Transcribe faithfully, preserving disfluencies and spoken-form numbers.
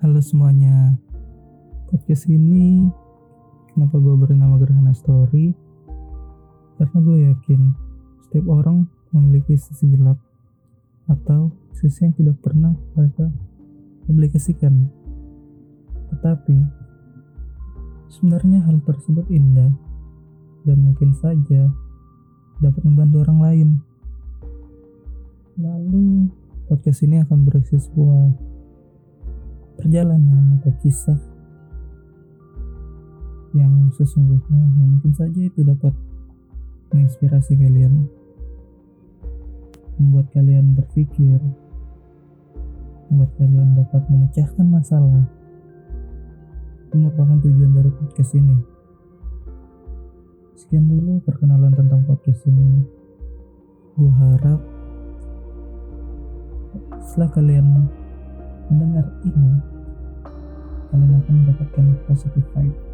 Halo semuanya, podcast ini kenapa gue beri nama Gerhana Story? Karena gue yakin setiap orang memiliki sisi gelap atau sisi yang tidak pernah mereka publikasikan. Tetapi sebenarnya hal tersebut indah dan mungkin saja dapat membantu orang lain. Lalu podcast ini akan berisi sebuah perjalanan atau kisah yang sesungguhnya yang mungkin saja itu dapat menginspirasi kalian, membuat kalian berpikir, membuat kalian dapat memecahkan masalah. Itu merupakan tujuan dari podcast ini. Sekian dulu perkenalan tentang podcast ini. Gue harap setelah kalian mendengar ini, kalian akan mendapatkan positive vibe.